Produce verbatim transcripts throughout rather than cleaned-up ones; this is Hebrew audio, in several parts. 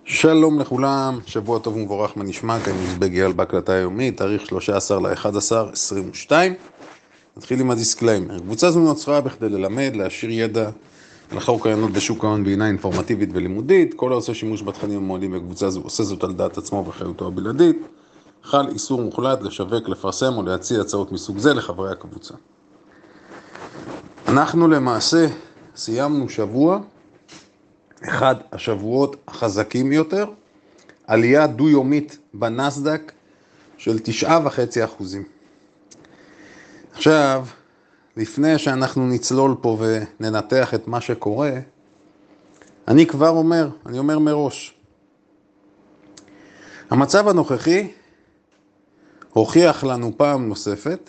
שלום לכולם, שבוע טוב ומבורך, מה נשמע? כאן מזבג אייל בהקלטה היומית, תאריך שלושה עשר לאחד עשר עשרים ושתיים. נתחיל עם הדיסקליימר. קבוצה זו נוצרה בכדי ללמד, להשאיר ידע, לחקור קיימות בשוק ההון בעינה אינפורמטיבית ולימודית. כל העושה שימוש בתכנים המועדים בקבוצה זו עושה זאת על דעת עצמו וחיותו הבלעדית. חל איסור מוחלט לשווק, לפרסם או להציע הצעות מסוג זה לחברי הקבוצה. אנחנו למעשה סיימנו שבוע, אחד השבועות החזקים יותר, עלייה דו-יומית בנסדק של תשעה וחצי אחוזים. עכשיו, לפני שאנחנו נצלול פה וננתח את מה שקורה, אני כבר אומר, אני אומר מראש, המצב הנוכחי הוכיח לנו פעם נוספת,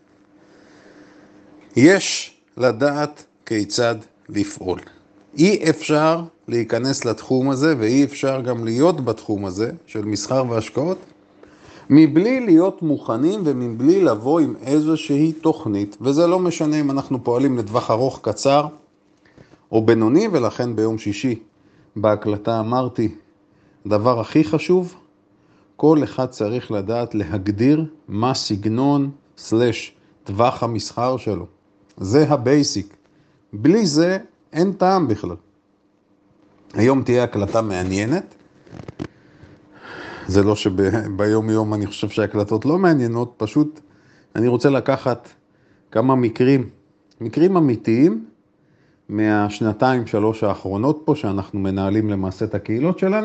יש לדעת כיצד לפעול. אי אפשר להיכנס לתחום הזה, ואי אפשר גם להיות בתחום הזה של מסחר והשקעות, מבלי להיות מוכנים ומבלי לבוא עם איזושהי תוכנית, וזה לא משנה אם אנחנו פועלים לטווח ארוך, קצר או בינוני, ולכן ביום שישי בהקלטה אמרתי, דבר הכי חשוב, כל אחד צריך לדעת להגדיר מה סגנון סלש טווח המסחר שלו. זה הבייסיק. בלי זה אין טעם בכלל. היום תהיה הקלטה מעניינת. זה לא שביום יום אני חושב שההקלטות לא מעניינות, פשוט אני רוצה לקחת כמה מקרים, מקרים אמיתיים מהשנתיים שלוש האחרונות פה, שאנחנו מנהלים למעשה את הקהילות שלנו.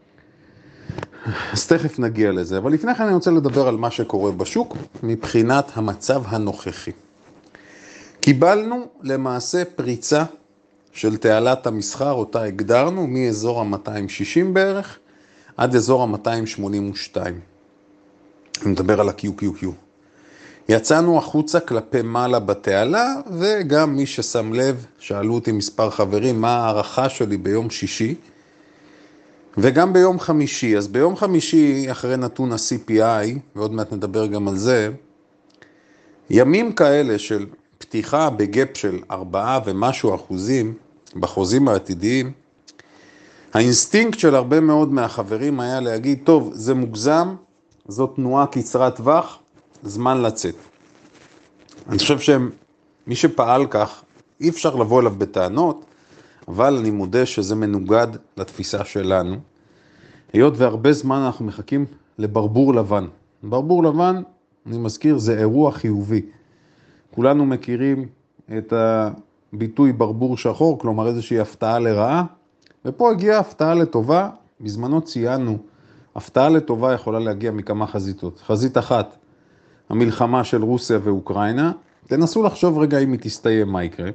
אז תכף נגיע לזה, אבל לפני כן אני רוצה לדבר על מה שקורה בשוק מבחינת המצב הנוכחי. קיבלנו למעשה פריצה של תעלת המסחר, אותה הגדרנו מאזור ה-מאתיים ושישים בערך, עד אזור ה-מאתיים שמונים ושתיים. אני מדבר על ה-קיו קיו קיו. יצאנו החוצה כלפי מעלה בתעלה, וגם מי ששם לב, שאלו אותי מספר חברים, מה הערכה שלי ביום שישי, וגם ביום חמישי. אז ביום חמישי, אחרי נתון ה-סי פי איי, ועוד מעט נדבר גם על זה, ימים כאלה של פתיחה בגאפ של ארבעה ומשהו אחוזים, בחוזים העתידיים, האינסטינקט של הרבה מאוד מהחברים היה להגיד, טוב, זה מוגזם, זו תנועה קצרת טווח, זמן לצאת. אני חושב שמי שפעל כך, אי אפשר לבוא אליו בטענות, אבל אני מודה שזה מנוגד לתפיסה שלנו. היות והרבה זמן אנחנו מחכים לברבור לבן. ברבור לבן, אני מזכיר, זה אירוע חיובי. כולנו מכירים את הביטוי ברבור שחור, כלומר איזושהי הפתעה לרעה, ופה הגיעה הפתעה לטובה. בזמנו ציינו, הפתעה לטובה יכולה להגיע מכמה חזיתות. חזית אחת, המלחמה של רוסיה ואוקראינה. תנסו לחשוב רגע אם היא תסתיים מה יקרה.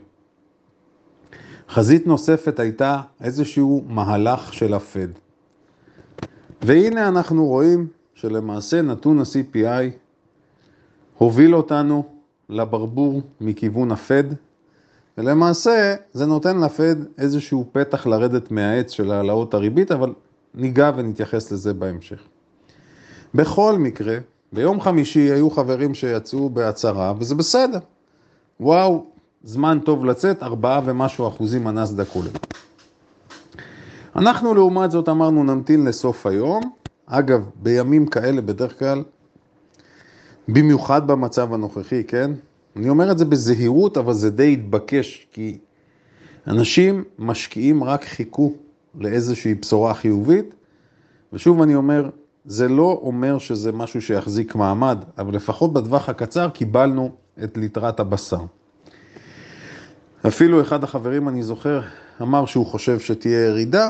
חזית נוספת הייתה איזשהו מהלך של הפד. והנה אנחנו רואים שלמעשה נתון ה-סי פי איי הוביל אותנו לברבור מכיוון הפד, ולמעשה זה נותן לפד איזשהו פתח לרדת מהעץ של העלאות הריבית, אבל ניגע ונתייחס לזה בהמשך. בכל מקרה, ביום חמישי היו חברים שיצאו בהצהרה, וזה בסדר. וואו, זמן טוב לצאת, ארבעה ומשהו אחוזים הנסדק עולה. אנחנו לעומת זאת אמרנו נמתין לסוף היום. אגב, בימים כאלה בדרך כלל, במיוחד במצב הנוכחי, כן? אני אומר את זה בזהירות, אבל זה די התבקש, כי אנשים משקיעים רק חיכו לאיזושהי בשורה חיובית, ושוב אני אומר, זה לא אומר שזה משהו שיחזיק מעמד, אבל לפחות בטווח הקצר קיבלנו את ליטרת הבשר. אפילו אחד החברים, אני זוכר, אמר שהוא חושב שתהיה ירידה,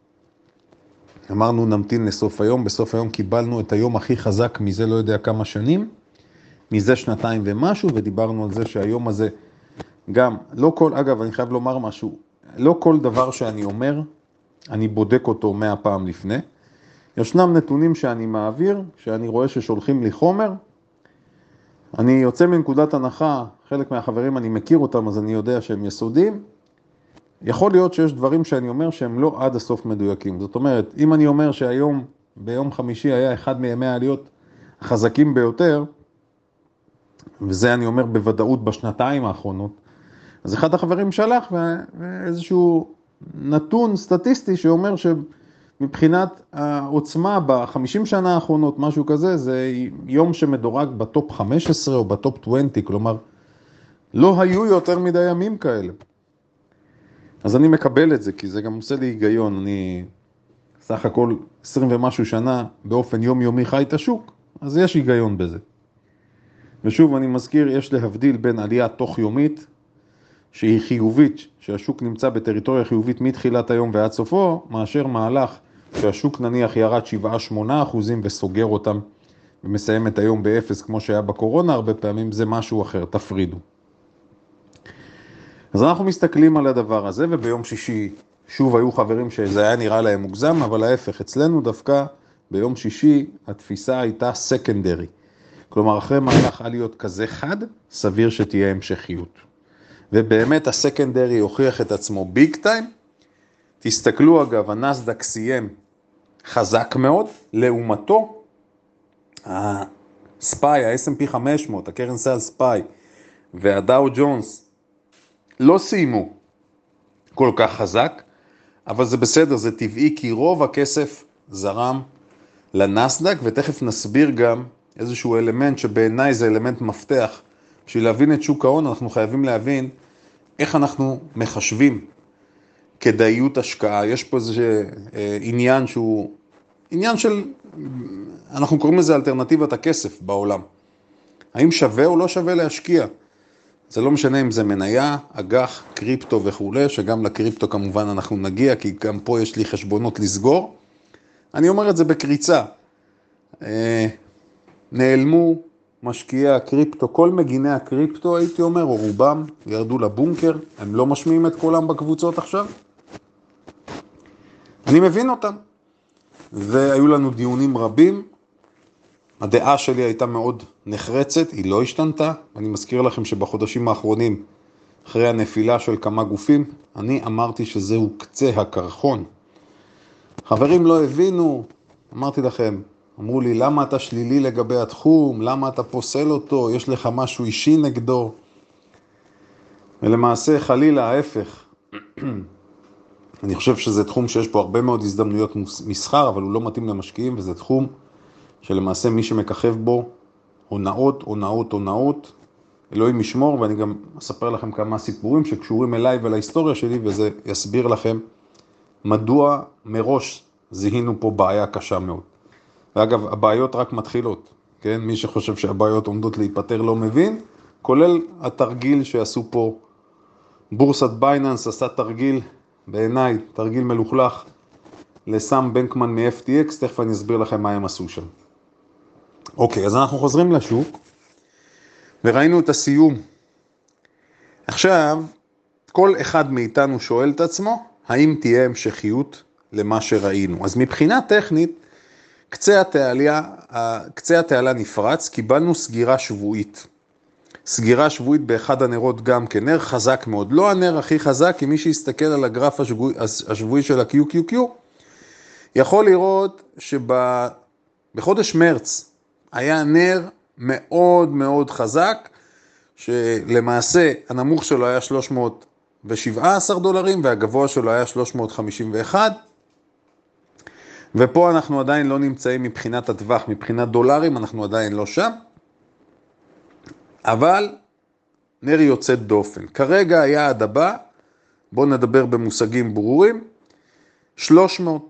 אמרנו נמתין לסוף היום, בסוף היום קיבלנו את היום הכי חזק מזה לא יודע כמה שנים, מזה שנתיים ומשהו, ודיברנו על זה שהיום הזה גם, לא כל, אגב, אני חייב לומר משהו, לא כל דבר שאני אומר, אני בודק אותו מאה פעם לפני. ישנם נתונים שאני מעביר, שאני רואה ששולחים לי חומר, אני יוצא מנקודת הנחה, חלק מהחברים אני מכיר אותם, אז אני יודע שהם יסודיים. יכול להיות שיש דברים שאני אומר שהם לא עד הסוף מדויקים. זאת אומרת, אם אני אומר שהיום, ביום חמישי היה אחד מימי העליות החזקים ביותר, וזה אני אומר בוודאות בשנתיים האחרונות, אז אחד החברים שלח ואיזשהו נתון סטטיסטי שאומר מבחינת העוצמה ב-חמישים שנה האחרונות, משהו כזה, זה יום שמדורג בטופ חמש עשרה או בטופ עשרים, כלומר, לא היו יותר מדי ימים כאלה. אז אני מקבל את זה, כי זה גם עושה לי היגיון. אני סך הכל עשרים ומשהו שנה באופן יומיומי חי את השוק, אז יש היגיון בזה. ושוב, אני מזכיר, יש להבדיל בין עלייה תוך יומית, שהיא חיובית, שהשוק נמצא בטריטוריה חיובית מתחילת היום ועד סופו, מאשר מהלך שהשוק נניח ירד שבעה שמונה אחוזים וסוגר אותם ומסיים את היום באפס כמו שהיה בקורונה, הרבה פעמים זה משהו אחר, תפרידו. אז אנחנו מסתכלים על הדבר הזה, וביום שישי שוב היו חברים שזה היה נראה להם מוגזם, אבל ההפך, אצלנו דווקא ביום שישי התפיסה הייתה סקנדרי. כלומר, אחרי מהלך עליות כזה חד, סביר שתהיה המשכיות. ובאמת הסקנדרי הוכיח את עצמו ביג טיים. תסתכלו אגב, הנסדק סיים חזק מאוד, לעומתו, הספיי, ה-אס אנד פי חמש מאות, הקרן סל ספיי והדאו ג'ונס לא סיימו כל כך חזק, אבל זה בסדר, זה טבעי, כי רוב הכסף זרם לנסדק, ותכף נסביר גם איזשהו אלמנט שבעיניי זה אלמנט מפתח. בשביל להבין את שוק ההון, אנחנו חייבים להבין איך אנחנו מחשבים כדאיות השקעה. יש פה איזה עניין שהוא, עניין של, אנחנו קוראים לזה אלטרנטיבת הכסף בעולם. האם שווה או לא שווה להשקיע? זה לא משנה אם זה מניה, אג"ח, קריפטו וכו', שגם לקריפטו כמובן אנחנו נגיע, כי גם פה יש לי חשבונות לסגור. אני אומר את זה בקריצה. נעלמו משקיעי הקריפטו, כל מגיני הקריפטו הייתי אומר, או רובם ירדו לבונקר, הם לא משמיעים את קולם בקבוצות עכשיו. אני מבין אותם. והיו לנו דיונים רבים, הדעה שלי הייתה מאוד נחרצת, היא לא השתנתה. אני מזכיר לכם שבחודשים האחרונים, אחרי הנפילה של כמה גופים, אני אמרתי שזהו קצה הקרחון. חברים לא הבינו, אמרתי לכם, אמרו לי, למה אתה שלילי לגבי התחום? למה אתה פוסל אותו? יש לך משהו אישי נגדו? ולמעשה חלילה ההפך. אני חושב שזה תחום שיש פה הרבה מאוד הזדמנויות מסחר, אבל הוא לא מתאים למשקיעים, וזה תחום שלמעשה מי שמככב בו הונאות, הונאות, הונאות. אלוהים ישמור, ואני גם אספר לכם כמה סיפורים שקשורים אליי ולהיסטוריה שלי, וזה יסביר לכם מדוע מראש זיהינו פה בעיה קשה מאוד. ואגב, הבעיות רק מתחילות, כן? מי שחושב שהבעיות עומדות להיפטר לא מבין, כולל התרגיל שעשו פה, בורסת בייננס עשה תרגיל, בעיניי, תרגיל מלוכלך, לסם בנקמן מ-אף טי אקס, תכף אני אסביר לכם מה הם עשו שם. אוקיי, אז אנחנו חוזרים לשוק, וראינו את הסיום. עכשיו, כל אחד מאיתנו שואל את עצמו, האם תהיה המשכיות למה שראינו? אז מבחינה טכנית, קצה התעלה, קצה התעלה נפרץ, קיבלנו סגירה שבועית. סגירה שבועית באחד הנרות גם כנר חזק מאוד. לא הנר הכי חזק, כי מי שיסתכל על הגרף השבועי, השבועי של ה-קיו קיו קיו, יכול לראות שבחודש מרץ היה נר מאוד מאוד חזק, שלמעשה הנמוך שלו היה שלוש מאות שבע עשרה דולרים, והגבוה שלו היה שלוש מאות חמישים ואחת, ופה אנחנו עדיין לא נמצאים מבחינת הטווח, מבחינת דולרים, אנחנו עדיין לא שם, אבל נר יוצא דופן. כרגע היעד הבא, בואו נדבר במושגים ברורים, שלוש מאות.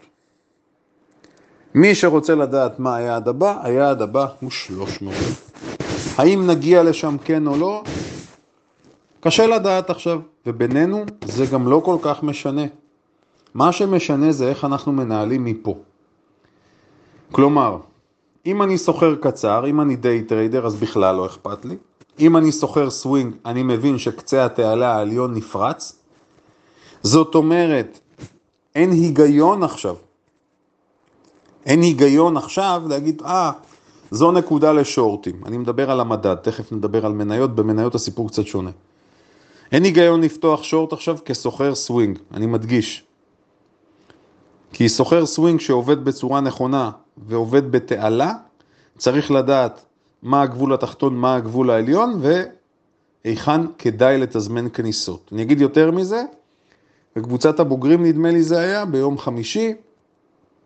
מי שרוצה לדעת מה היעד הבא, היעד הבא הוא שלוש מאות. האם נגיע לשם כן או לא? קשה לדעת עכשיו, ובינינו זה גם לא כל כך משנה. מה שמשנה זה איך אנחנו מנהלים מפה. כלומר, אם אני סוחר קצר, אם אני דיי טריידר, אז בכלל לא אכפת לי. אם אני סוחר סווינג, אני מבין שקצה התעלה העליון נפרץ. זאת אומרת, אין היגיון עכשיו. אין היגיון עכשיו להגיד, אה, זו נקודה לשורטים. אני מדבר על המדד, תכף נדבר על מניות, במניות הסיפור קצת שונה. אין היגיון לפתוח שורט עכשיו כסוחר סווינג, אני מדגיש. כי סוחר סווינג שעובד בצורה נכונה ועובד בתעלה, צריך לדעת מה הגבול התחתון, מה הגבול העליון, ואיכן כדאי לתזמן כניסות. אני אגיד יותר מזה, בקבוצת הבוגרים נדמה לי זה היה ביום חמישי,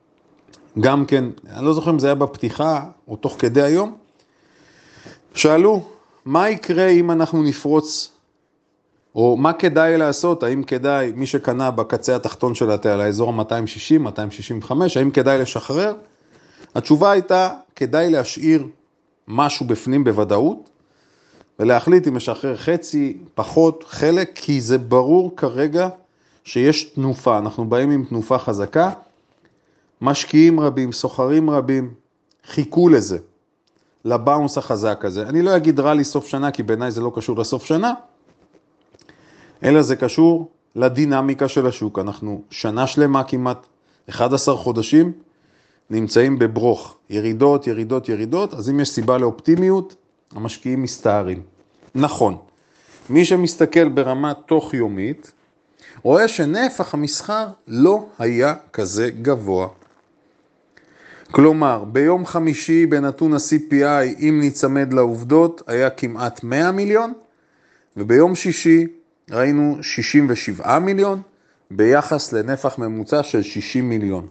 גם כן, אני לא זוכר אם זה היה בפתיחה או תוך כדי היום, שאלו, מה יקרה אם אנחנו נפרוץ, או מה כדאי לעשות, האם כדאי, מי שקנה בקצה התחתון של התעלה, האזור ה-מאתיים שישים, מאתיים שישים וחמש, האם כדאי לשחרר? התשובה הייתה, כדאי להשאיר משהו בפנים בוודאות, ולהחליט אם משחרר חצי, פחות, חלק, כי זה ברור כרגע שיש תנופה, אנחנו באים עם תנופה חזקה, משקיעים רבים, סוחרים רבים, חיכו לזה, לבאונס החזק הזה. אני לא אגיד רע לי סוף שנה, כי בעיניי זה לא קשור לסוף שנה, אלא זה קשור לדינמיקה של השוק. אנחנו שנה שלמה כמעט, אחד עשר חודשים, נמצאים בברוך, ירידות, ירידות, ירידות, אז אם יש סיבה לאופטימיות, המשקיעים מסתערים. נכון, מי שמסתכל ברמה תוך יומית, רואה שנפח המסחר לא היה כזה גבוה. כלומר, ביום חמישי בנתון ה-סי פי איי, אם נצמד לעובדות, היה כמעט מאה מיליון, וביום שישי ראינו שישים ושבעה מיליון, ביחס לנפח ממוצע של שישים מיליון.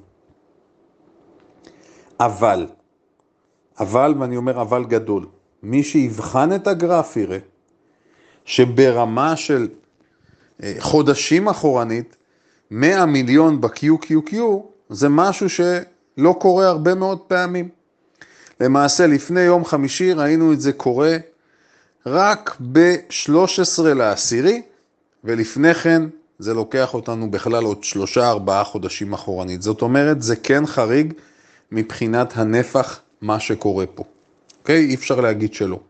אבל, אבל, ואני אומר אבל גדול, מי שיבחן את הגרף יראה, שברמה של חודשים אחורנית, מאה מיליון ב-קיו קיו קיו, זה משהו שלא קורה הרבה מאוד פעמים. למעשה, לפני יום חמישי ראינו את זה קורה רק ב-שלושה עשר לעשירי, ולפני כן זה לוקח אותנו בכלל עוד שלושה ארבעה חודשים אחורנית. זאת אומרת, זה כן חריג מבחינת הנפח מה שקורה פה. אוקיי? אי אפשר להגיד שלא.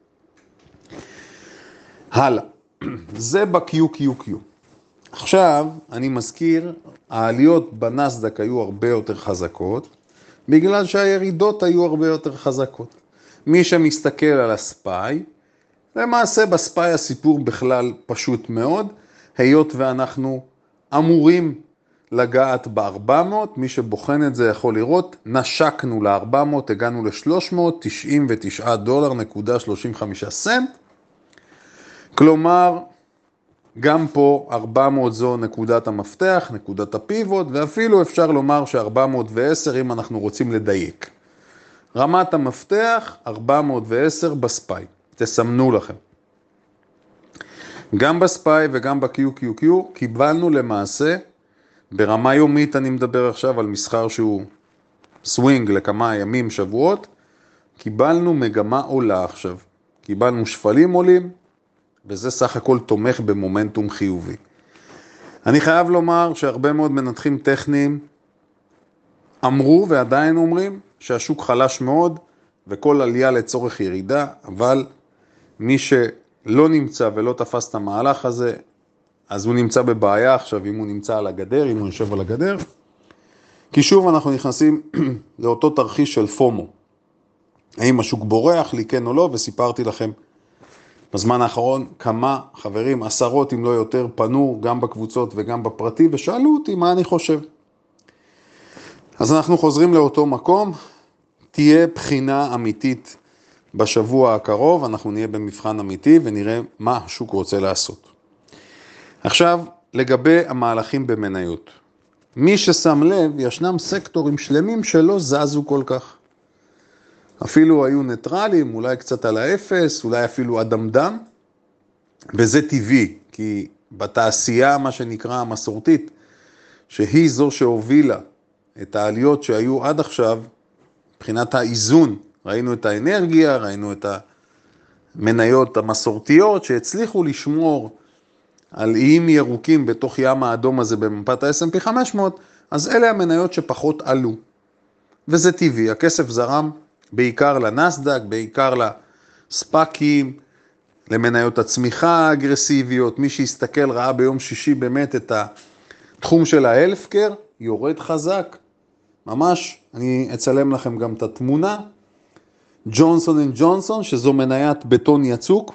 הלאה. זה ב-קיו קיו קיו. עכשיו, אני מזכיר, העליות בנסדק היו הרבה יותר חזקות, בגלל שהירידות היו הרבה יותר חזקות. מי שמסתכל על הספיי, למעשה בספיי הסיפור בכלל פשוט מאוד, היות ואנחנו אמורים לגעת ב-ארבע מאות, מי שבוחן את זה יכול לראות, נשקנו ל-ארבע מאות, הגענו ל-שלוש מאות תשעים ותשעה דולר נקודה שלושים וחמישה סנט, כלומר, גם פה ארבע מאות זו נקודת המפתח, נקודת הפיבוט, ואפילו אפשר לומר ש-ארבע מאות ועשר אם אנחנו רוצים לדייק. רמת המפתח, ארבע מאות ועשר בספיי. תסמנו לכם. גם בספיי וגם ב-קיו קיו קיו קיבלנו למעשה, ברמה יומית אני מדבר עכשיו על מסחר שהוא סווינג לכמה ימים, שבועות, קיבלנו מגמה עולה עכשיו. קיבלנו שפלים עולים, וזה סך הכל תומך במומנטום חיובי. אני חייב לומר שהרבה מאוד מנתחים טכניים אמרו ועדיין אומרים שהשוק חלש מאוד וכל עלייה לצורך ירידה, אבל מי שלא נמצא ולא תפס את המהלך הזה, אז הוא נמצא בבעיה עכשיו אם הוא נמצא על הגדר, אם הוא יושב על הגדר. כי שוב אנחנו נכנסים לאותו תרחיש של פומו. האם השוק בורח לי כן או לא, וסיפרתי לכם בזמן האחרון כמה חברים, עשרות אם לא יותר, פנו גם בקבוצות וגם בפרטי, ושאלו אותי מה אני חושב. אז אנחנו חוזרים לאותו מקום, תהיה בחינה אמיתית בשבוע הקרוב, אנחנו נהיה במבחן אמיתי ונראה מה השוק רוצה לעשות. עכשיו, לגבי המהלכים במניות. מי ששם לב, ישנם סקטורים שלמים שלא זזו כל כך. אפילו היו ניטרלים, אולי קצת על האפס, אולי אפילו אדמדם, וזה טבעי, כי בתעשייה, מה שנקרא המסורתית, שהיא זו שהובילה את העליות שהיו עד עכשיו, מבחינת האיזון, ראינו את האנרגיה, ראינו את המניות המסורתיות, שהצליחו לשמור על איים ירוקים בתוך ים האדום הזה במפת ה-אס אנד פי חמש מאות, אז אלה המניות שפחות עלו. וזה טבעי, הכסף זרם בעיקר לנסדק, בעיקר לספקים, למניות הצמיחה האגרסיביות. מי שיסתכל ראה ביום שישי באמת את התחום של ההלפקר, יורד חזק. ממש, אני אצלם לכם גם את התמונה. ג'ונסון אנד ג'ונסון, שזו מניית בטון יצוק.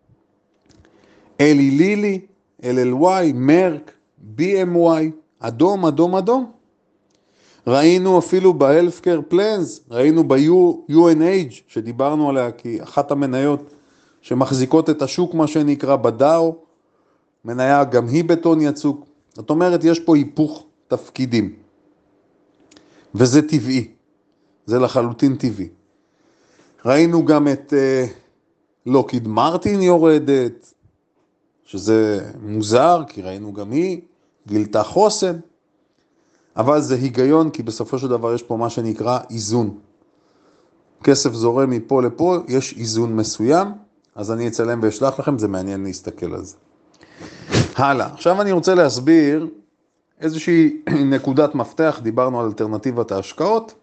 אלי לילי, אל אל וואי, מרק, בי אם וואי, אדום, אדום, אדום. ראינו אפילו בהלפקר פלנס, ראינו ב-יו אן אייץ' שדיברנו עליה, כי אחת המניות שמחזיקות את השוק, מה שנקרא בדאו, מניה גם היא בטון יצוק. זאת אומרת, יש פה היפוך תפקידים. וזה טבעי, זה לחלוטין טבעי. ראינו גם את לוקיד מרטין יורדת, שזה מוזר, כי ראינו גם היא, גילתה חוסן, אבל זה היגיון, כי בסופו של דבר יש פה מה שנקרא איזון. כסף זורם מפה לפה, יש איזון מסוים, אז אני אצלם ואשלח לכם, זה מעניין להסתכל על זה. הלאה, עכשיו אני רוצה להסביר איזושהי נקודת מפתח, דיברנו על אלטרנטיבת ההשקעות.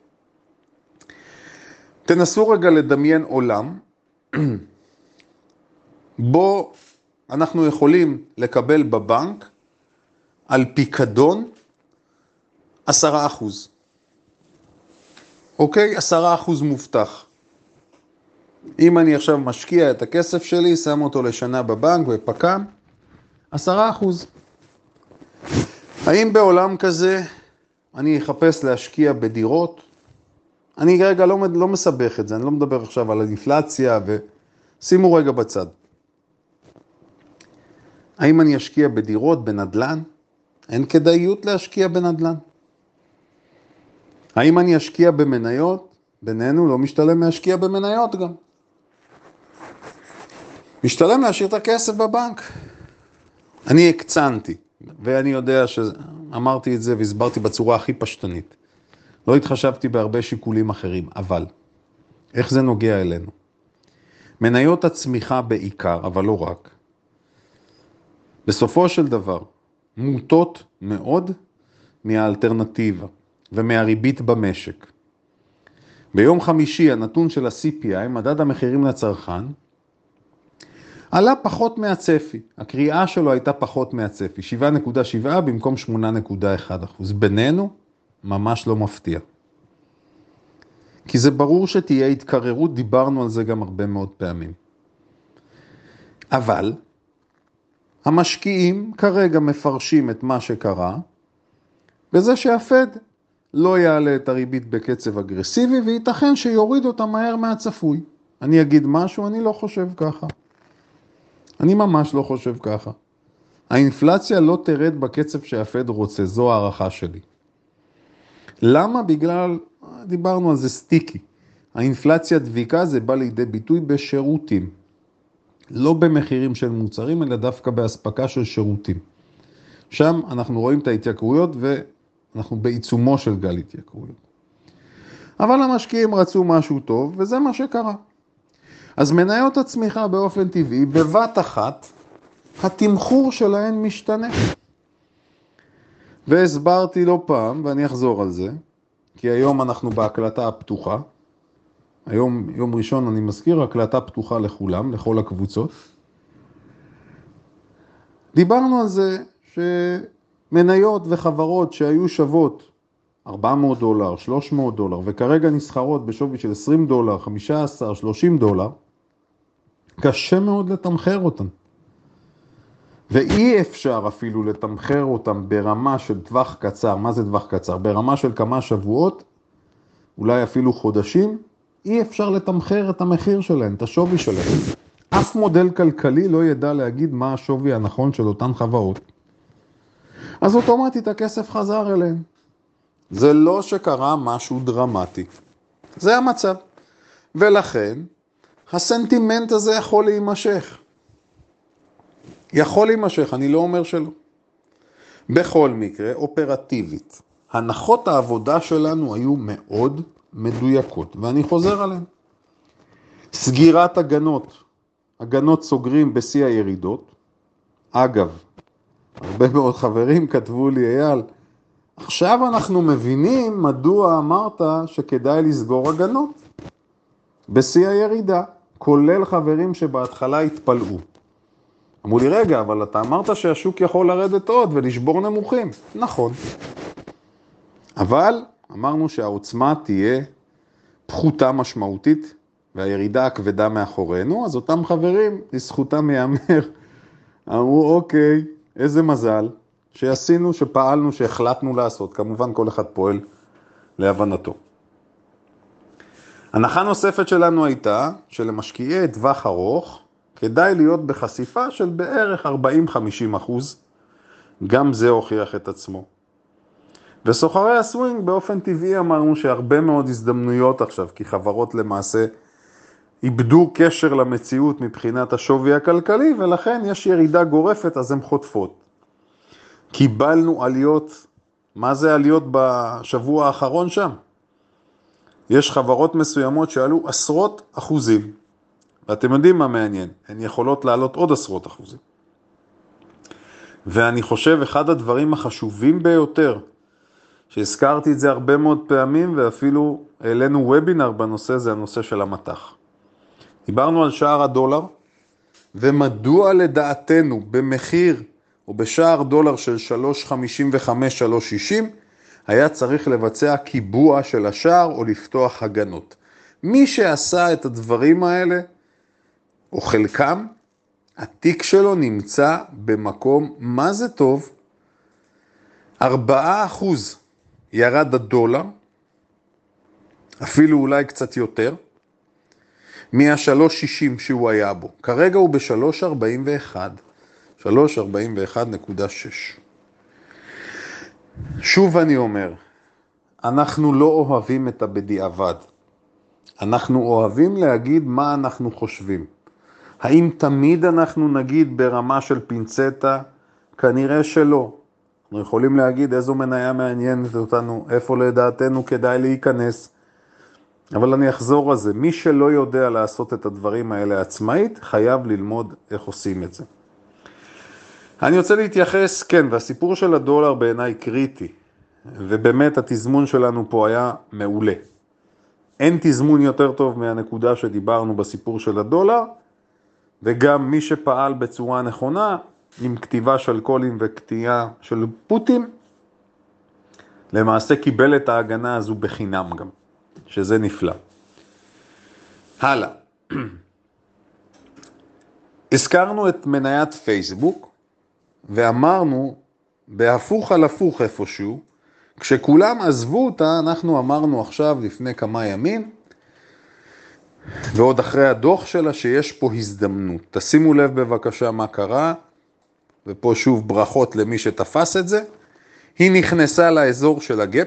תנסו רגע לדמיין עולם, בו אנחנו יכולים לקבל בבנק על פיקדון עשרה אחוז. אוקיי? עשרה אחוז מובטח. אם אני עכשיו משקיע את הכסף שלי, שם אותו לשנה בבנק ופקם, עשרה אחוז. האם בעולם כזה אני אחפש להשקיע בדירות? אני רגע לא, לא מסבך את זה, אני לא מדבר עכשיו על האינפלציה, ושימו רגע בצד. האם אני אשקיע בדירות, בנדלן? אין כדאיות להשקיע בנדלן. האם אני אשקיע במניות? בינינו לא משתלם להשקיע במניות גם. משתלם להשאיר את הכסף בבנק. אני הקצנתי, ואני יודע שאמרתי את זה והסברתי בצורה הכי פשטנית. לא התחשבתי בהרבה שיקולים אחרים, אבל איך זה נוגע אלינו? מניות הצמיחה בעיקר, אבל לא רק. בסופו של דבר, מוטות מאוד מהאלטרנטיבה ומהריבית במשק. ביום חמישי הנתון של ה-סי פי איי, מדד המחירים לצרכן, עלה פחות מהצפי. הקריאה שלו הייתה פחות מהצפי, שבע נקודה שבע במקום שמונה נקודה אחת אחוז. בינינו, ממש לא מפתיע. כי זה ברור שתהיה התקררות, דיברנו על זה גם הרבה מאוד פעמים. אבל המשקיעים כרגע מפרשים את מה שקרה, בזה שהפד לא יעלה את הריבית בקצב אגרסיבי, וייתכן שיוריד אותה מהר מהצפוי. אני אגיד משהו, אני לא חושב ככה. אני ממש לא חושב ככה. האינפלציה לא תרד בקצב שהפד רוצה, זו הערכה שלי. למה? בגלל, דיברנו על זה סטיקי. האינפלציה דביקה זה בא לידי ביטוי בשירותים. לא במחירים של מוצרים, אלא דווקא בהספקה של שירותים. שם אנחנו רואים את ההתייקרויות ואנחנו בעיצומו של גל התייקרויות. אבל המשקיעים רצו משהו טוב וזה מה שקרה. אז מניות הצמיחה באופן טבעי, בבת אחת, התמחור שלהן משתנה. והסברתי לא פעם, ואני אחזור על זה, כי היום אנחנו בהקלטה הפתוחה. היום, יום ראשון, אני מזכיר, הקלטה פתוחה לכולם, לכל הקבוצות. דיברנו על זה שמניות וחברות שהיו שוות ארבע מאות דולר, שלוש מאות דולר, וכרגע נסחרות בשווי של עשרים דולר, חמישה עשר, שלושים דולר, קשה מאוד לתמחר אותן. ואי אפשר אפילו לתמחר אותם ברמה של טווח קצר. מה זה טווח קצר? ברמה של כמה שבועות, אולי אפילו חודשים, אי אפשר לתמחר את המחיר שלהם, את השווי שלהם. אף מודל כלכלי לא ידע להגיד מה השווי הנכון של אותן חברות. אז אוטומטית הכסף חזר אליהם. זה לא שקרה משהו דרמטי. זה המצב. ולכן, הסנטימנט הזה יכול להימשך. יכול להימשך, אני לא אומר שלא. בכל מקרה, אופרטיבית, הנחות העבודה שלנו היו מאוד מדויקות, ואני חוזר עליהן. סגירת הגנות, הגנות סוגרים בשיא הירידות. אגב, הרבה מאוד חברים כתבו לי, אייל, עכשיו אנחנו מבינים מדוע אמרת שכדאי לסגור הגנות. בשיא הירידה, כולל חברים שבהתחלה התפלאו. אמרו לי, רגע, אבל אתה אמרת שהשוק יכול לרדת עוד ולשבור נמוכים. נכון. אבל אמרנו שהעוצמה תהיה פחותה משמעותית, והירידה הכבדה מאחורינו, אז אותם חברים, לזכותם יאמר, אמרו, אוקיי, איזה מזל, שעשינו, שפעלנו, שהחלטנו לעשות. כמובן, כל אחד פועל להבנתו. הנחה נוספת שלנו הייתה, שלמשקיעי טווח ארוך, כדאי להיות בחשיפה של בערך ארבעים עד חמישים אחוז, גם זה הוכיח את עצמו. וסוחרי הסווינג באופן טבעי אמרנו שהרבה מאוד הזדמנויות עכשיו, כי חברות למעשה איבדו קשר למציאות מבחינת השווי הכלכלי, ולכן יש ירידה גורפת, אז הן חוטפות. קיבלנו עליות, מה זה עליות בשבוע האחרון שם? יש חברות מסוימות שעלו עשרות אחוזים, ואתם יודעים מה מעניין, הן יכולות לעלות עוד עשרות אחוזים. ואני חושב אחד הדברים החשובים ביותר, שהזכרתי את זה הרבה מאוד פעמים, ואפילו העלינו וובינר בנושא, זה הנושא של המתח. דיברנו על שער הדולר, ומדוע לדעתנו במחיר או בשער דולר של שלוש חמישים וחמש שלוש שישים, היה צריך לבצע קיבוע של השער או לפתוח הגנות. מי שעשה את הדברים האלה, או חלקם, התיק שלו נמצא במקום, מה זה טוב? ארבעה אחוז ירד הדולר, אפילו אולי קצת יותר, מה-שלוש שישים שהוא היה בו. כרגע הוא ב-שלוש ארבעים ואחת, שלוש ארבעים ואחת נקודה שש. שוב אני אומר, אנחנו לא אוהבים את הבדיעבד. אנחנו אוהבים להגיד מה אנחנו חושבים. האם תמיד אנחנו נגיד ברמה של פינצטה? כנראה שלא. אנחנו יכולים להגיד איזו מניה מעניינת אותנו, איפה לדעתנו כדאי להיכנס. אבל אני אחזור על זה, מי שלא יודע לעשות את הדברים האלה עצמאית, חייב ללמוד איך עושים את זה. אני רוצה להתייחס, כן, והסיפור של הדולר בעיניי קריטי, ובאמת התזמון שלנו פה היה מעולה. אין תזמון יותר טוב מהנקודה שדיברנו בסיפור של הדולר, וגם מי שפעל בצורה נכונה, עם כתיבה של קולים וכתייה של פוטין, למעשה קיבל את ההגנה הזו בחינם גם, שזה נפלא. הלאה. הזכרנו את מניית פייסבוק, ואמרנו, בהפוך על הפוך איפשהו, כשכולם עזבו אותה, אנחנו אמרנו עכשיו לפני כמה ימים, ועוד אחרי הדוח שלה שיש פה הזדמנות. תשימו לב בבקשה מה קרה, ופה שוב ברכות למי שתפס את זה. היא נכנסה לאזור של הגאפ,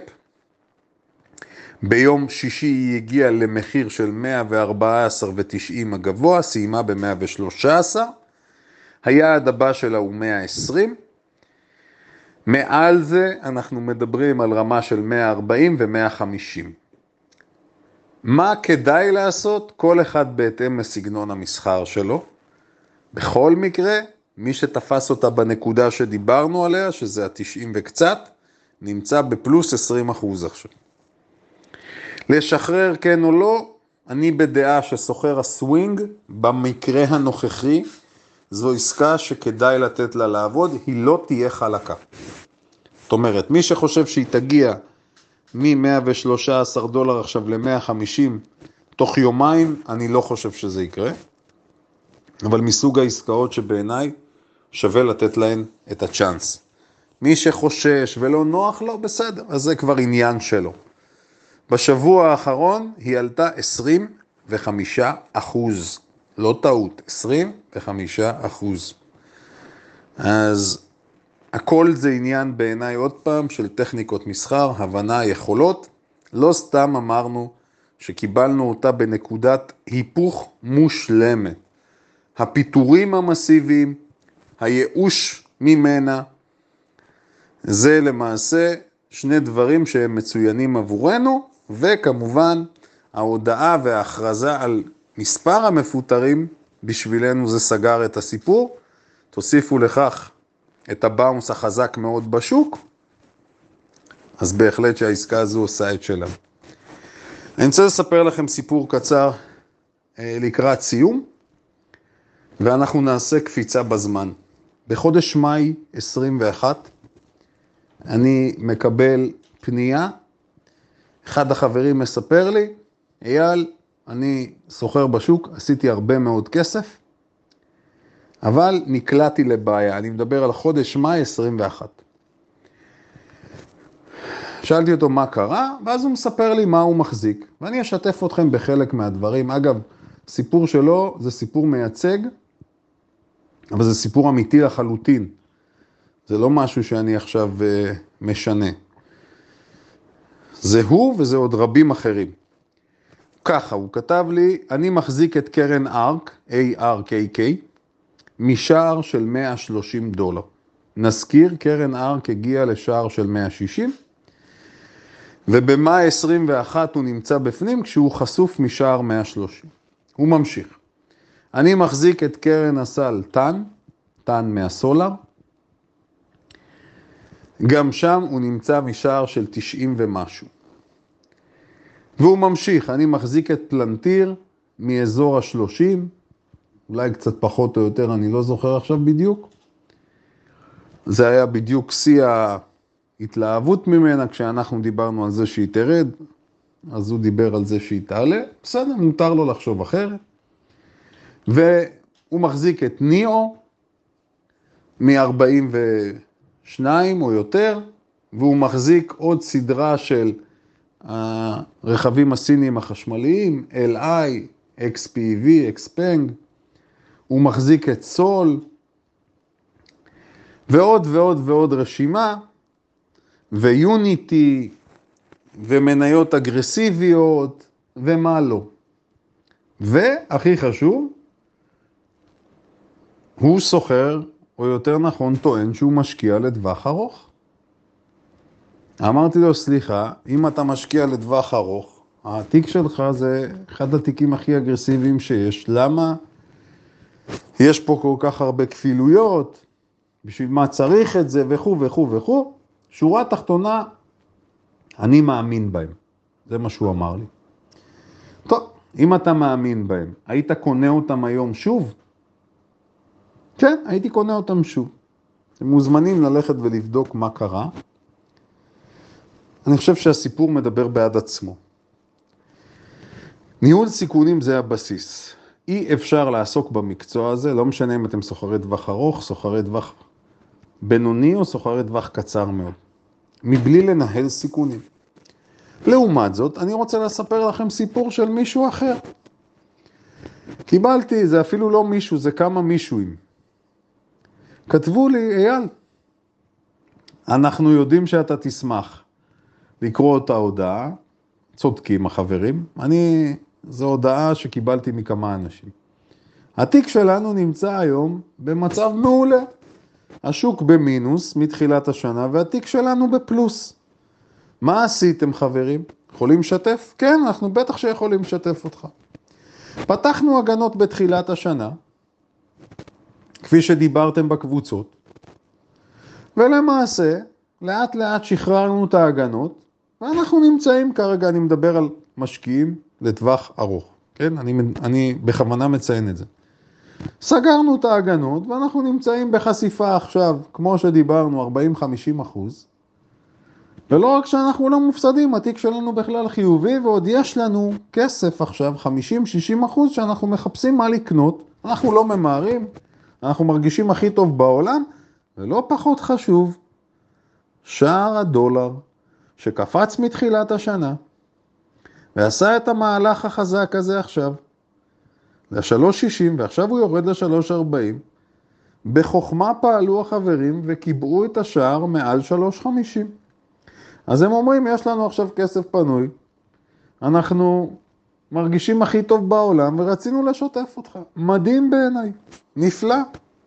ביום שישי היא הגיעה למחיר של מאה וארבע עשרה ותשעים הגבוה, סיימה ב-מאה ושלוש עשרה, היעד הבא שלה הוא מאה ועשרים, מעל זה אנחנו מדברים על רמה של מאה וארבעים ו-מאה וחמישים. מה כדאי לעשות? כל אחד בהתאם לסגנון המסחר שלו. בכל מקרה, מי שתפס אותה בנקודה שדיברנו עליה, שזה ה-תשעים וקצת, נמצא בפלוס עשרים אחוז עכשיו. לשחרר כן או לא, אני בדעה שסוחר הסווינג, במקרה הנוכחי, זו עסקה שכדאי לתת לה לעבוד, היא לא תהיה חלקה. זאת אומרת, מי שחושב שהיא תגיע מ-מאה ושלושה עשר דולר עכשיו ל-מאה וחמישים תוך יומיים, אני לא חושב שזה יקרה. אבל מסוג העסקאות שבעיניי שווה לתת להן את הצ'אנס. מי שחושש ולא נוח לו, בסדר, אז זה כבר עניין שלו. בשבוע האחרון היא עלתה עשרים וחמישה אחוז, לא טעות, עשרים וחמישה אחוז. אז הכל זה עניין בעיניי עוד פעם של טכניקות מסחר, הבנה, יכולות. לא סתם אמרנו שקיבלנו אותה בנקודת היפוך מושלמת. הפיטורים המסיביים, הייאוש ממנה, זה למעשה שני דברים שהם מצוינים עבורנו, וכמובן ההודעה וההכרזה על מספר המפוטרים, בשבילנו זה סגר את הסיפור. תוסיפו לכך את הבאונס החזק מאוד בשוק, אז בהחלט שהעסקה הזו עושה את שלה. אני רוצה לספר לכם סיפור קצר לקראת סיום, ואנחנו נעשה קפיצה בזמן. בחודש מאי עשרים ואחת, אני מקבל פנייה, אחד החברים מספר לי, אייל, אני סוחר בשוק, עשיתי הרבה מאוד כסף, אבל נקלעתי לבעיה, אני מדבר על חודש מאי עשרים ואחת. שאלתי אותו מה קרה, ואז הוא מספר לי מה הוא מחזיק, ואני אשתף אתכם בחלק מהדברים. אגב, סיפור שלו זה סיפור מייצג, אבל זה סיפור אמיתי לחלוטין. זה לא משהו שאני עכשיו משנה. זה הוא וזה עוד רבים אחרים. ככה, הוא כתב לי, אני מחזיק את קרן ארק, A-R-K-K, משער של מאה ושלושים דולר. נזכיר, קרן ארק הגיע לשער של מאה ושישים, ובמאי עשרים ואחת הוא נמצא בפנים כשהוא חשוף משער מאה ושלושים. הוא ממשיך. אני מחזיק את קרן הסל טן, טן מהסולר. גם שם הוא נמצא משער של תשעים ומשהו. והוא ממשיך, אני מחזיק את פלנטיר מאזור ה-שלושים, אולי קצת פחות או יותר, אני לא זוכר עכשיו בדיוק. זה היה בדיוק שיא ההתלהבות ממנה, כשאנחנו דיברנו על זה שהיא תרד, אז הוא דיבר על זה שהיא תעלה, בסדר, מותר לו לחשוב אחרת. והוא מחזיק את ניאו מ-ארבעים ושתיים או יותר, והוא מחזיק עוד סדרה של הרכבים הסיניים החשמליים, אל איי, אקס פי וי, אקספנג, הוא מחזיק את סול, ועוד ועוד ועוד רשימה, ויוניטי, ומניות אגרסיביות, ומה לא. והכי חשוב, הוא סוחר, או יותר נכון טוען, שהוא משקיע לטווח ארוך. אמרתי לו, סליחה, אם אתה משקיע לטווח ארוך, התיק שלך זה אחד התיקים הכי אגרסיביים שיש. למה? יש פה כל כך הרבה כפילויות, בשביל מה צריך את זה, וכו' וכו' וכו'. שורה תחתונה, אני מאמין בהם. זה מה שהוא אמר לי. טוב, אם אתה מאמין בהם, היית קונה אותם היום שוב? כן, הייתי קונה אותם שוב. אתם מוזמנים ללכת ולבדוק מה קרה. אני חושב שהסיפור מדבר בעד עצמו. ניהול סיכונים זה הבסיס. אי אפשר לעסוק במקצוע הזה, לא משנה אם אתם סוחרי טווח ארוך, סוחרי טווח בינוני או סוחרי טווח קצר מאוד, מבלי לנהל סיכונים. לעומת זאת, אני רוצה לספר לכם סיפור של מישהו אחר. קיבלתי, זה אפילו לא מישהו, זה כמה מישהוים. כתבו לי, אייל, אנחנו יודעים שאתה תשמח לקרוא את ההודעה, צודקים החברים, אני, זו הודעה שקיבלתי מכמה אנשים. התיק שלנו נמצא היום במצב מעולה. השוק במינוס מתחילת השנה, והתיק שלנו בפלוס. מה עשיתם חברים? יכולים לשתף? כן, אנחנו בטח שיכולים לשתף אותך. פתחנו הגנות בתחילת השנה, כפי שדיברתם בקבוצות, ולמעשה, לאט לאט שחררנו את ההגנות, ואנחנו נמצאים כרגע, אני מדבר על משקיעים לטווח ארוך, כן? אני, אני בכוונה מציין את זה. סגרנו את ההגנות, ואנחנו נמצאים בחשיפה עכשיו, כמו שדיברנו, ארבעים חמישים אחוז, ולא רק שאנחנו לא מופסדים, התיק שלנו בכלל חיובי, ועוד יש לנו כסף עכשיו, חמישים שישים אחוז, שאנחנו מחפשים מה לקנות, אנחנו לא ממהרים, אנחנו מרגישים הכי טוב בעולם, ולא פחות חשוב, שער הדולר, שקפץ מתחילת השנה, ועשה את המהלך החזק הזה עכשיו, ל-שלוש שישים, ועכשיו הוא יורד ל-שלוש ארבעים, בחוכמה פעלו החברים וקיבעו את השער מעל שלוש חמישים. אז הם אומרים, יש לנו עכשיו כסף פנוי, אנחנו מרגישים הכי טוב בעולם ורצינו לשתף אותך. מדהים בעיניי, נפלא.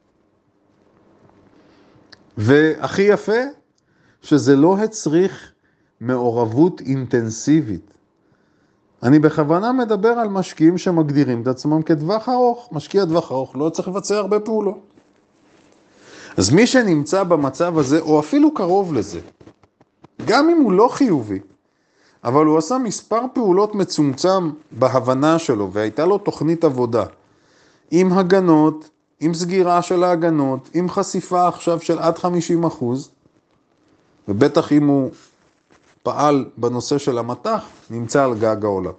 והכי יפה, שזה לא הצריך מעורבות אינטנסיבית. אני בכוונה מדבר על משקיעים שמגדירים את עצמם כטווח ארוך. משקיע טווח ארוך לא צריך לבצע הרבה פעולות. אז מי שנמצא במצב הזה, או אפילו קרוב לזה, גם אם הוא לא חיובי, אבל הוא עשה מספר פעולות מצומצם בהבנה שלו, והייתה לו תוכנית עבודה, עם הגנות, עם סגירה של ההגנות, עם חשיפה עכשיו של עד חמישים אחוז, ובטח אם הוא פעל בנושא של המתח, נמצא על גג העולם.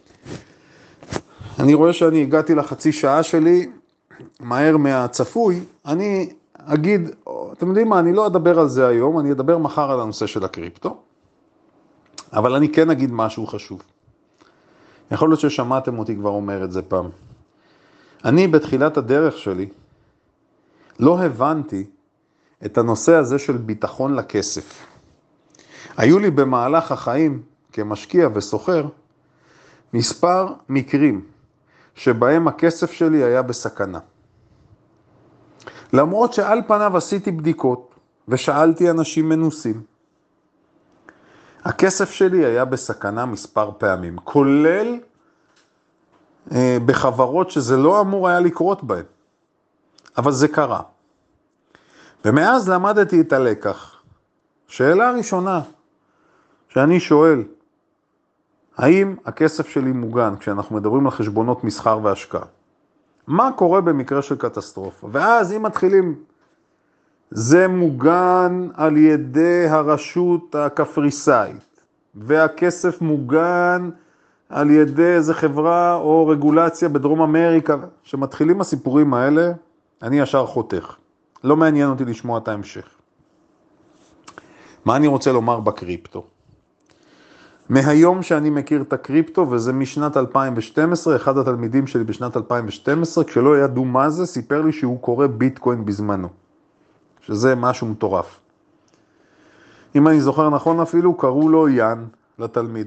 אני רואה שאני הגעתי לחצי שעה שלי, מהר מהצפוי, אני אגיד, אתם יודעים מה, אני לא אדבר על זה היום, אני אדבר מחר על הנושא של הקריפטו, אבל אני כן אגיד משהו חשוב. יכול להיות ששמעתם אותי כבר אומר את זה פעם. אני בתחילת הדרך שלי, לא הבנתי את הנושא הזה של ביטחון לכסף. היו לי במהלך החיים כמשקיע וסוחר מספר מקרים שבהם הכסף שלי היה בסכנה. למרות שעל פניו עשיתי בדיקות ושאלתי אנשים מנוסים, הכסף שלי היה בסכנה מספר פעמים, כולל אה, בחברות שזה לא אמור היה לקרות בהן. אבל זה קרה. ומאז למדתי את הלקח. שאלה ראשונה שאני שואל, האם הכסף שלי מוגן כשאנחנו מדברים על חשבונות מסחר והשקעה? מה קורה במקרה של קטסטרופה? ואז אם מתחילים, זה מוגן על ידי הרשות הקפריסאית, והכסף מוגן על ידי איזה חברה או רגולציה בדרום אמריקה, שמתחילים הסיפורים האלה, אני ישר חותך. לא מעניין אותי לשמוע את ההמשך. מה אני רוצה לומר בקריפטו? מהיום שאני מכיר את הקריפטו, וזה משנת אלפיים ושתים עשרה, אחד התלמידים שלי בשנת אלפיים ושתים עשרה, כשלא ידעו מה זה, סיפר לי שהוא קורא ביטקוין בזמנו. שזה משהו מטורף. אם אני זוכר נכון אפילו, קראו לו יאן לתלמיד.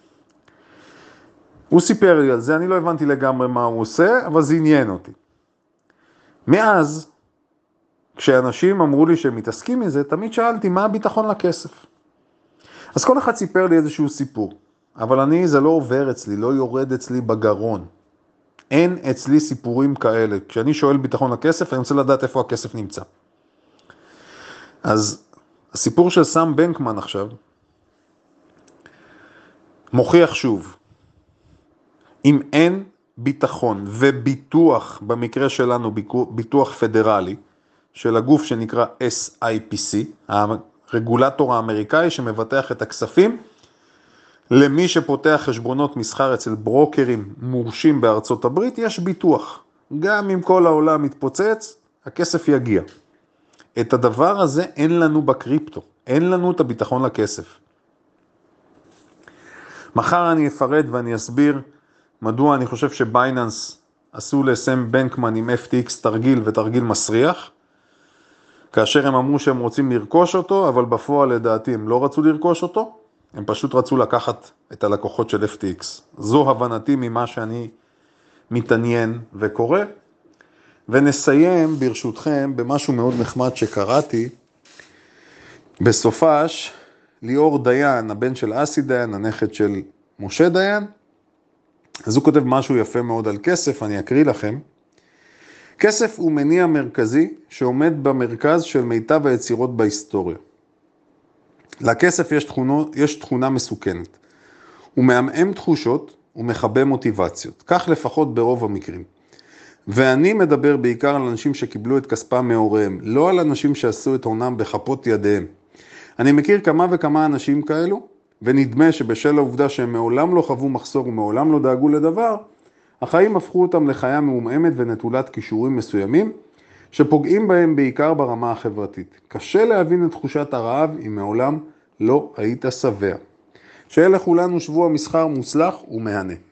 הוא סיפר לי על זה, אני לא הבנתי לגמרי מה הוא עושה, אבל זה עניין אותי. מאז, כשאנשים אמרו לי שהם מתעסקים מזה, תמיד שאלתי מה הביטחון לכסף. אז כל אחד סיפר לי איזשהו סיפור, אבל אני, זה לא עובר אצלי, לא יורד אצלי בגרון. אין אצלי סיפורים כאלה. כשאני שואל ביטחון לכסף, אני רוצה לדעת איפה הכסף נמצא. אז הסיפור של סם בנקמן עכשיו, מוכיח שוב, אם אין ביטחון וביטוח, במקרה שלנו ביטוח פדרלי, של הגוף שנקרא אס איי פי סי, הרגולטור האמריקאי שמבטח את הכספים, למי שפותח חשבונות מסחר אצל ברוקרים מורשים בארצות הברית, יש ביטוח. גם אם כל העולם מתפוצץ, הכסף יגיע. את הדבר הזה אין לנו בקריפטו, אין לנו את הביטחון לכסף. מחר אני אפרט ואני אסביר מדוע אני חושב שבייננס עשו לסם בנקמן עם אף טי אקס תרגיל ותרגיל מסריח, כאשר הם אמרו שהם רוצים לרכוש אותו, אבל בפועל לדעתי הם לא רצו לרכוש אותו, הם פשוט רצו לקחת את הלקוחות של אף טי אקס. זו הבנתי ממה שאני מתעניין וקורא. ונסיים ברשותכם במשהו מאוד נחמד שקראתי. בסופש, ליאור דיין, הבן של אסי דיין, הנכד של משה דיין, אז הוא כותב משהו יפה מאוד על כסף, אני אקריא לכם. כסף הוא מניע מרכזי שעומד במרכז של מיטב היצירות בהיסטוריה. לכסף יש, תכונו, יש תכונה מסוכנת. הוא מאמם תחושות ומחבא מוטיבציות, כך לפחות ברוב המקרים. ואני מדבר בעיקר על אנשים שקיבלו את כספם מהוריהם, לא על אנשים שעשו את הונם בכפות ידיהם. אני מכיר כמה וכמה אנשים כאלו, ונדמה שבשל העובדה שהם מעולם לא חוו מחסור ומעולם לא דאגו לדבר, החיים הפכו אותם לחיה מעומעמת ונטולת כישורים מסוימים, שפוגעים בהם בעיקר ברמה החברתית. קשה להבין את תחושת הרעב אם מעולם לא היית שבע. שיהיה לכולנו שבוע מסחר מוצלח ומהנה.